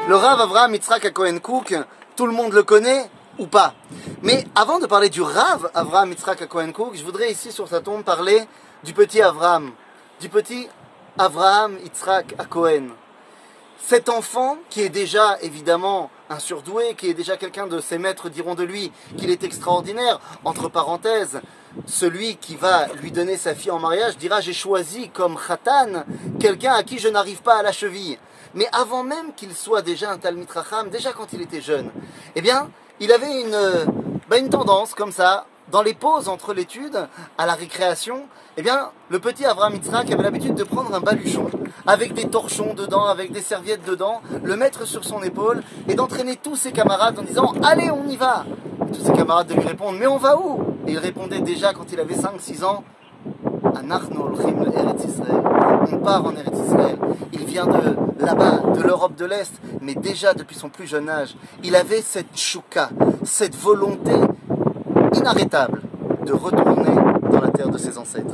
Le Rav Avraham Yitzhak Cohen Cook, tout le monde le connaît ou pas. Mais avant de parler du Rav Avraham Yitzhak Cohen Cook, je voudrais ici sur sa tombe parler du petit Avraham, du petit Avraham Yitzhak Cohen. Cet enfant qui est déjà évidemment un surdoué, qui est déjà quelqu'un de ses maîtres diront de lui qu'il est extraordinaire, entre parenthèses, celui qui va lui donner sa fille en mariage dira j'ai choisi comme khatan quelqu'un à qui je n'arrive pas à la cheville. Mais avant même qu'il soit déjà un Talmid Chacham, déjà quand il était jeune, eh bien, il avait une tendance comme ça, dans les pauses entre l'étude à la récréation, eh bien, le petit Avraham Yitzhak avait l'habitude de prendre un baluchon avec des torchons dedans, avec des serviettes dedans, le mettre sur son épaule et d'entraîner tous ses camarades en disant « Allez, on y va !» Et tous ses camarades de lui répondre « Mais on va où ?» Et il répondait déjà quand il avait 5-6 ans « Anachnu holchim l'Eretz Israël » On part en Eretz Israël. Il vient de là-bas, de l'Europe de l'Est, mais déjà depuis son plus jeune âge, il avait cette chouka, cette volonté inarrêtable de retourner dans la terre de ses ancêtres.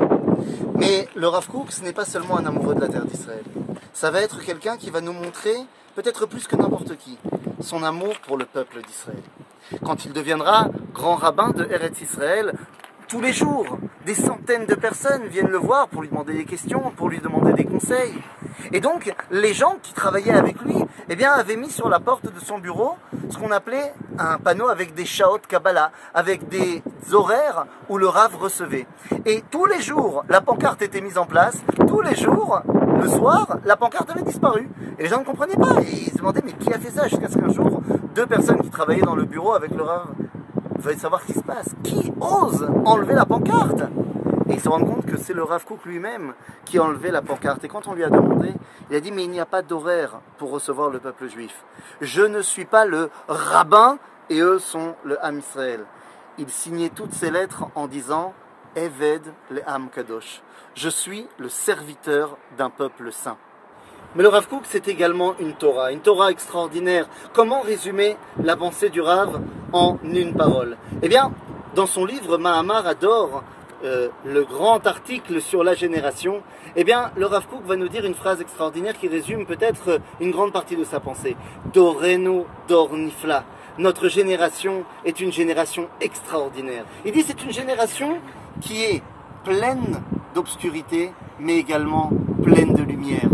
Mais le Rav Kook, ce n'est pas seulement un amoureux de la terre d'Israël. Ça va être quelqu'un qui va nous montrer, peut-être plus que n'importe qui, son amour pour le peuple d'Israël. Quand il deviendra grand rabbin de Eretz Israël, tous les jours, des centaines de personnes viennent le voir pour lui demander des questions, pour lui demander des conseils. Et donc, les gens qui travaillaient avec lui, eh bien, avaient mis sur la porte de son bureau ce qu'on appelait un panneau avec des shaot Kabbalah, avec des horaires où le Rav recevait. Et tous les jours, la pancarte était mise en place. Tous les jours, le soir, la pancarte avait disparu. Et les gens ne comprenaient pas. Et ils se demandaient, mais qui a fait ça? Jusqu'à ce qu'un jour, deux personnes qui travaillaient dans le bureau avec le Rav veuillent savoir ce qui se passe. Qui ose enlever la pancarte? Et ils se rendent compte que c'est le Rav Kook lui-même qui a enlevé la pancarte. Et quand on lui a demandé, il a dit « Mais il n'y a pas d'horaire pour recevoir le peuple juif. Je ne suis pas le rabbin et eux sont le Ham Israël. » Il signait toutes ses lettres en disant « Eved le Ham Kadosh. » Je suis le serviteur d'un peuple saint. Mais le Rav Kook, c'est également une Torah extraordinaire. Comment résumer la pensée du Rav en une parole? Eh bien, dans son livre Mahamar Ador, le grand article sur la génération, eh bien, le Rav Kook va nous dire une phrase extraordinaire qui résume peut-être une grande partie de sa pensée. Dorenu dor nifla. Notre génération est une génération extraordinaire. Il dit c'est une génération qui est pleine d'obscurité, mais également pleine de lumière.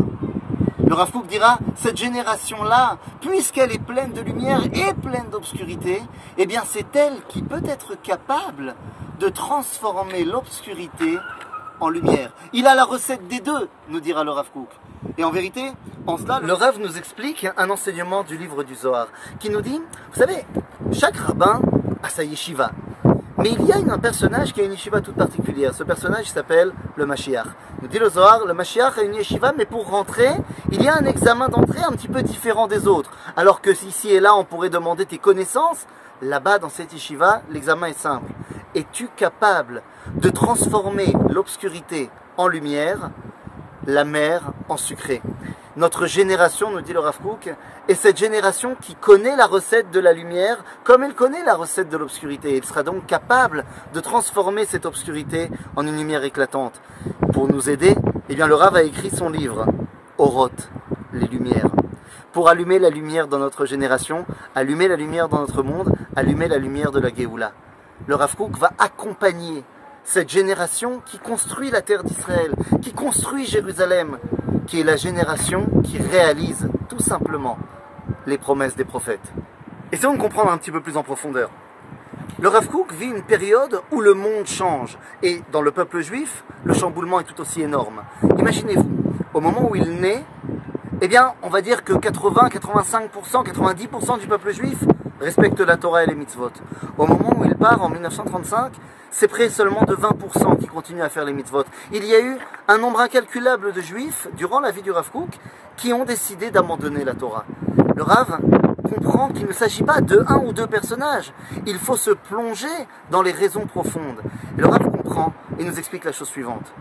Le Rav Kook dira, cette génération-là, puisqu'elle est pleine de lumière et pleine d'obscurité, eh bien c'est elle qui peut être capable de transformer l'obscurité en lumière. Il a la recette des deux, nous dira le Rav Kook. Et en vérité, en cela, le Rav nous explique un enseignement du livre du Zohar, qui nous dit, vous savez, chaque rabbin a sa yeshiva. Mais il y a un personnage qui a une yeshiva toute particulière. Ce personnage s'appelle le Mashiach. Nous dit le Zohar, le Mashiach a une yeshiva, mais pour rentrer, il y a un examen d'entrée un petit peu différent des autres. Alors que ici et là, on pourrait demander tes connaissances, là-bas, dans cette yeshiva, l'examen est simple. Es-tu capable de transformer l'obscurité en lumière, la mer en sucré? Notre génération, nous dit le Rav Kook, est cette génération qui connaît la recette de la lumière comme elle connaît la recette de l'obscurité. Elle sera donc capable de transformer cette obscurité en une lumière éclatante. Pour nous aider, eh bien, le Rav a écrit son livre, Oroth, les lumières. Pour allumer la lumière dans notre génération, allumer la lumière dans notre monde, allumer la lumière de la Géoula. Le Rav Kook va accompagner cette génération qui construit la terre d'Israël, qui construit Jérusalem, qui est la génération qui réalise tout simplement les promesses des prophètes. Essayons de comprendre un petit peu plus en profondeur. Le Rav Kook vit une période où le monde change, et dans le peuple juif, le chamboulement est tout aussi énorme. Imaginez-vous, au moment où il naît, eh bien, on va dire que 80, 85%, 90% du peuple juif respecte la Torah et les mitzvot. Au moment où il part, en 1935, c'est près seulement de 20% qui continuent à faire les mitzvot. Il y a eu un nombre incalculable de juifs, durant la vie du Rav Kook, qui ont décidé d'abandonner la Torah. Le Rav comprend qu'il ne s'agit pas de un ou deux personnages. Il faut se plonger dans les raisons profondes. Et le Rav comprend et nous explique la chose suivante.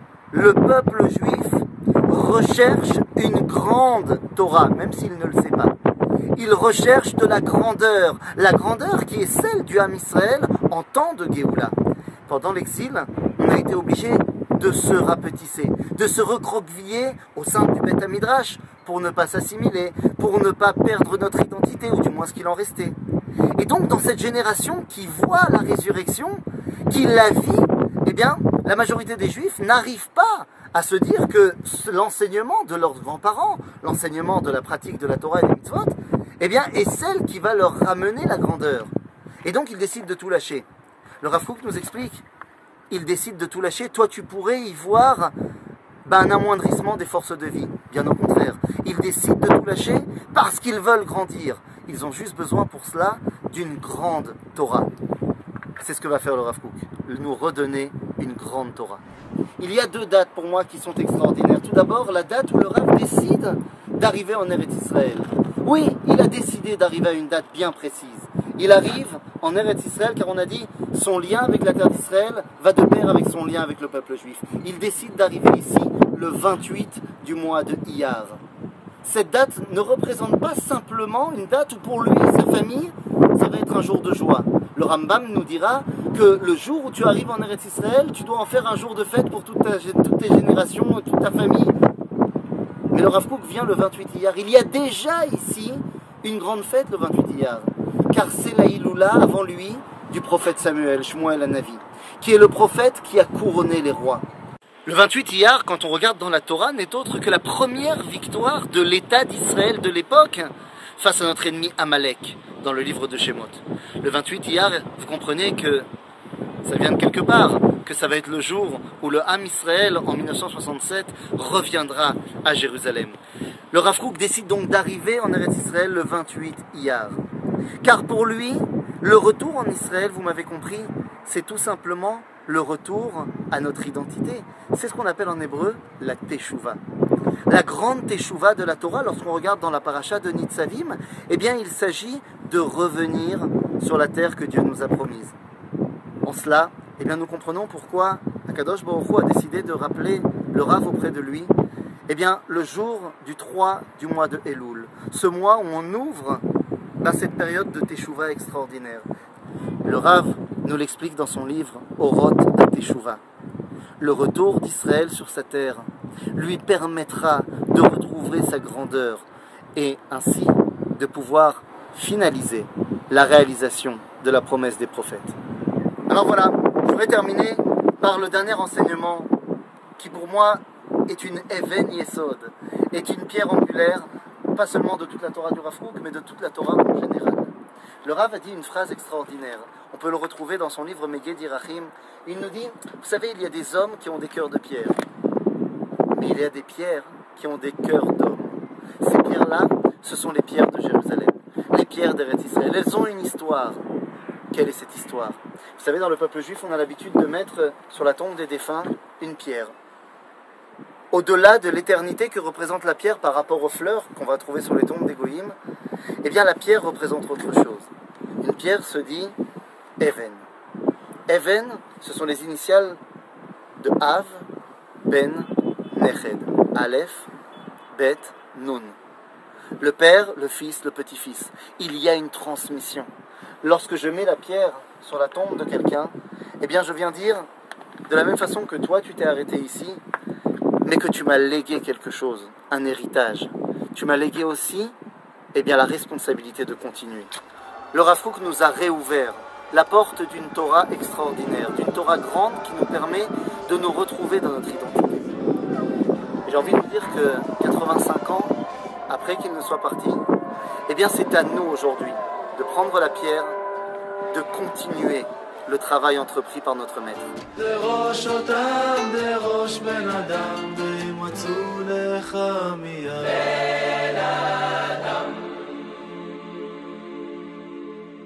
Le peuple juif recherche une grande Torah, même s'il ne le sait pas. Il recherche de la grandeur qui est celle du Ham Israël en temps de Géoula. Pendant l'exil, on a été obligé de se rapetisser, de se recroqueviller au sein du Beth Midrash pour ne pas s'assimiler, pour ne pas perdre notre identité, ou du moins ce qu'il en restait. Et donc dans cette génération qui voit la résurrection, qui la vit, eh bien la majorité des Juifs n'arrivent pas à se dire que l'enseignement de leurs grands-parents, l'enseignement de la pratique de la Torah et des mitzvot, eh bien est celle qui va leur ramener la grandeur. Et donc ils décident de tout lâcher. Le Rav Kook nous explique, ils décident de tout lâcher. Toi tu pourrais y voir un amoindrissement des forces de vie. Bien au contraire, ils décident de tout lâcher parce qu'ils veulent grandir. Ils ont juste besoin pour cela d'une grande Torah. C'est ce que va faire le Rav Kook, nous redonner une grande Torah. Il y a deux dates pour moi qui sont extraordinaires. Tout d'abord, la date où le Rav décide d'arriver en Eretz Israël. Oui, il a décidé d'arriver à une date bien précise. Il arrive en Eretz Israël car on a dit son lien avec la terre d'Israël va de pair avec son lien avec le peuple juif. Il décide d'arriver ici le 28 du mois de Iyar. Cette date ne représente pas simplement une date où pour lui et sa famille, ça va être un jour de joie. Le Rambam nous dira que le jour où tu arrives en Eretz Israël, tu dois en faire un jour de fête pour toutes tes générations, toute ta famille. Mais le Rav Kook vient le 28 Iyar. Il y a déjà ici une grande fête le 28 Iyar. Car c'est la Iloula avant lui du prophète Samuel, Shmuel Hanavi, qui est le prophète qui a couronné les rois. Le 28 Iyar, quand on regarde dans la Torah, n'est autre que la première victoire de l'État d'Israël de l'époque face à notre ennemi Amalek, dans le livre de Shemot. Le 28 Iyar, vous comprenez que ça vient de quelque part, que ça va être le jour où le Ham Israël, en 1967, reviendra à Jérusalem. Le Rav Kook décide donc d'arriver en Eretz Israël le 28 Iyar. Car pour lui, le retour en Israël, vous m'avez compris, c'est tout simplement le retour à notre identité. C'est ce qu'on appelle en hébreu la Teshuvah. La grande Teshuvah de la Torah, lorsqu'on regarde dans la paracha de Nitzavim, eh bien il s'agit de revenir sur la terre que Dieu nous a promise. En cela, eh bien nous comprenons pourquoi Akadosh Baruch Hu a décidé de rappeler le Rav auprès de lui, eh bien le jour du 3 du mois de Elul, ce mois où on ouvre cette période de Teshuvah extraordinaire. Le Rav nous l'explique dans son livre Orot HaTeshuvah. Le retour d'Israël sur sa terre lui permettra de retrouver sa grandeur et ainsi de pouvoir finaliser la réalisation de la promesse des prophètes. Alors voilà, je voudrais terminer par le dernier enseignement qui pour moi est une Even Yesod, est une pierre angulaire, pas seulement de toute la Torah du Rav Kook, mais de toute la Torah en général. Le Rav a dit une phrase extraordinaire. On peut le retrouver dans son livre Meged Irachim. Il nous dit, vous savez, il y a des hommes qui ont des cœurs de pierre. Mais il y a des pierres qui ont des cœurs d'hommes. Ces pierres-là, ce sont les pierres de Jérusalem. Les pierres d'Eretz Israël. Elles ont une histoire. Quelle est cette histoire? Vous savez, dans le peuple juif, on a l'habitude de mettre sur la tombe des défunts une pierre. Au-delà de l'éternité que représente la pierre par rapport aux fleurs qu'on va trouver sur les tombes des Goïm, eh bien la pierre représente autre chose. Une pierre se dit Even. Even, ce sont les initiales de Av, Ben, Neched. Aleph, Bet, Nun. Le père, le fils, le petit-fils. Il y a une transmission. Lorsque je mets la pierre sur la tombe de quelqu'un, eh bien je viens dire, de la même façon que toi tu t'es arrêté ici, mais que tu m'as légué quelque chose, un héritage. Tu m'as légué aussi, eh bien, la responsabilité de continuer. Le Rav Kook nous a réouvert la porte d'une Torah extraordinaire, d'une Torah grande qui nous permet de nous retrouver dans notre identité. Et j'ai envie de vous dire que 85 ans après qu'il ne soit parti, eh bien, c'est à nous aujourd'hui de prendre la pierre, de continuer le travail entrepris par notre maître.